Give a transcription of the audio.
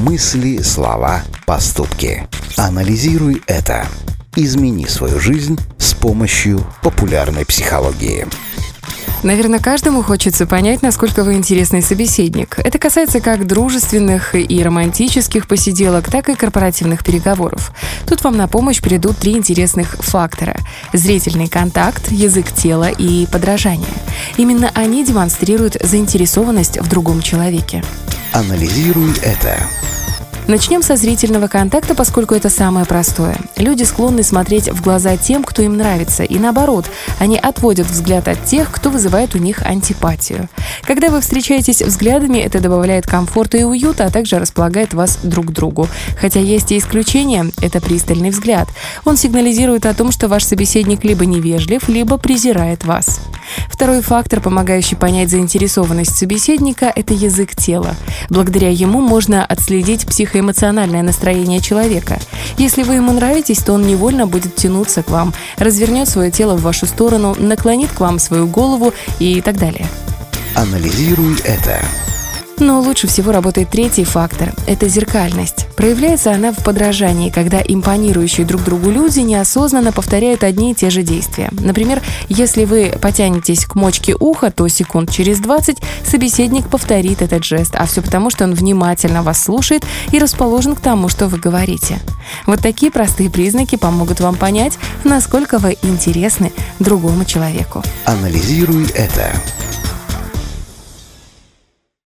Мысли, слова, поступки. Анализируй это. Измени свою жизнь с помощью популярной психологии. Наверное, каждому хочется понять, насколько вы интересный собеседник. Это касается как дружественных и романтических посиделок, так и корпоративных переговоров. Тут вам на помощь придут 3 интересных фактора: зрительный контакт, язык тела и подражание. Именно они демонстрируют заинтересованность в другом человеке. Анализируй это. Начнем со зрительного контакта, поскольку это самое простое. Люди склонны смотреть в глаза тем, кто им нравится, и наоборот, они отводят взгляд от тех, кто вызывает у них антипатию. Когда вы встречаетесь взглядами, это добавляет комфорта и уюта, а также располагает вас друг к другу. Хотя есть и исключения – это пристальный взгляд. Он сигнализирует о том, что ваш собеседник либо невежлив, либо презирает вас. Второй фактор, помогающий понять заинтересованность собеседника – это язык тела. Благодаря ему можно отследить психоэмоциональное настроение человека. Если вы ему нравитесь, то он невольно будет тянуться к вам, развернет свое тело в вашу сторону, наклонит к вам свою голову и так далее. Анализируй это. Но лучше всего работает 3-й фактор – это зеркальность. Проявляется она в подражании, когда импонирующие друг другу люди неосознанно повторяют одни и те же действия. Например, если вы потянетесь к мочке уха, то секунд через 20 собеседник повторит этот жест, а все потому, что он внимательно вас слушает и расположен к тому, что вы говорите. Вот такие простые признаки помогут вам понять, насколько вы интересны другому человеку. Анализируй это.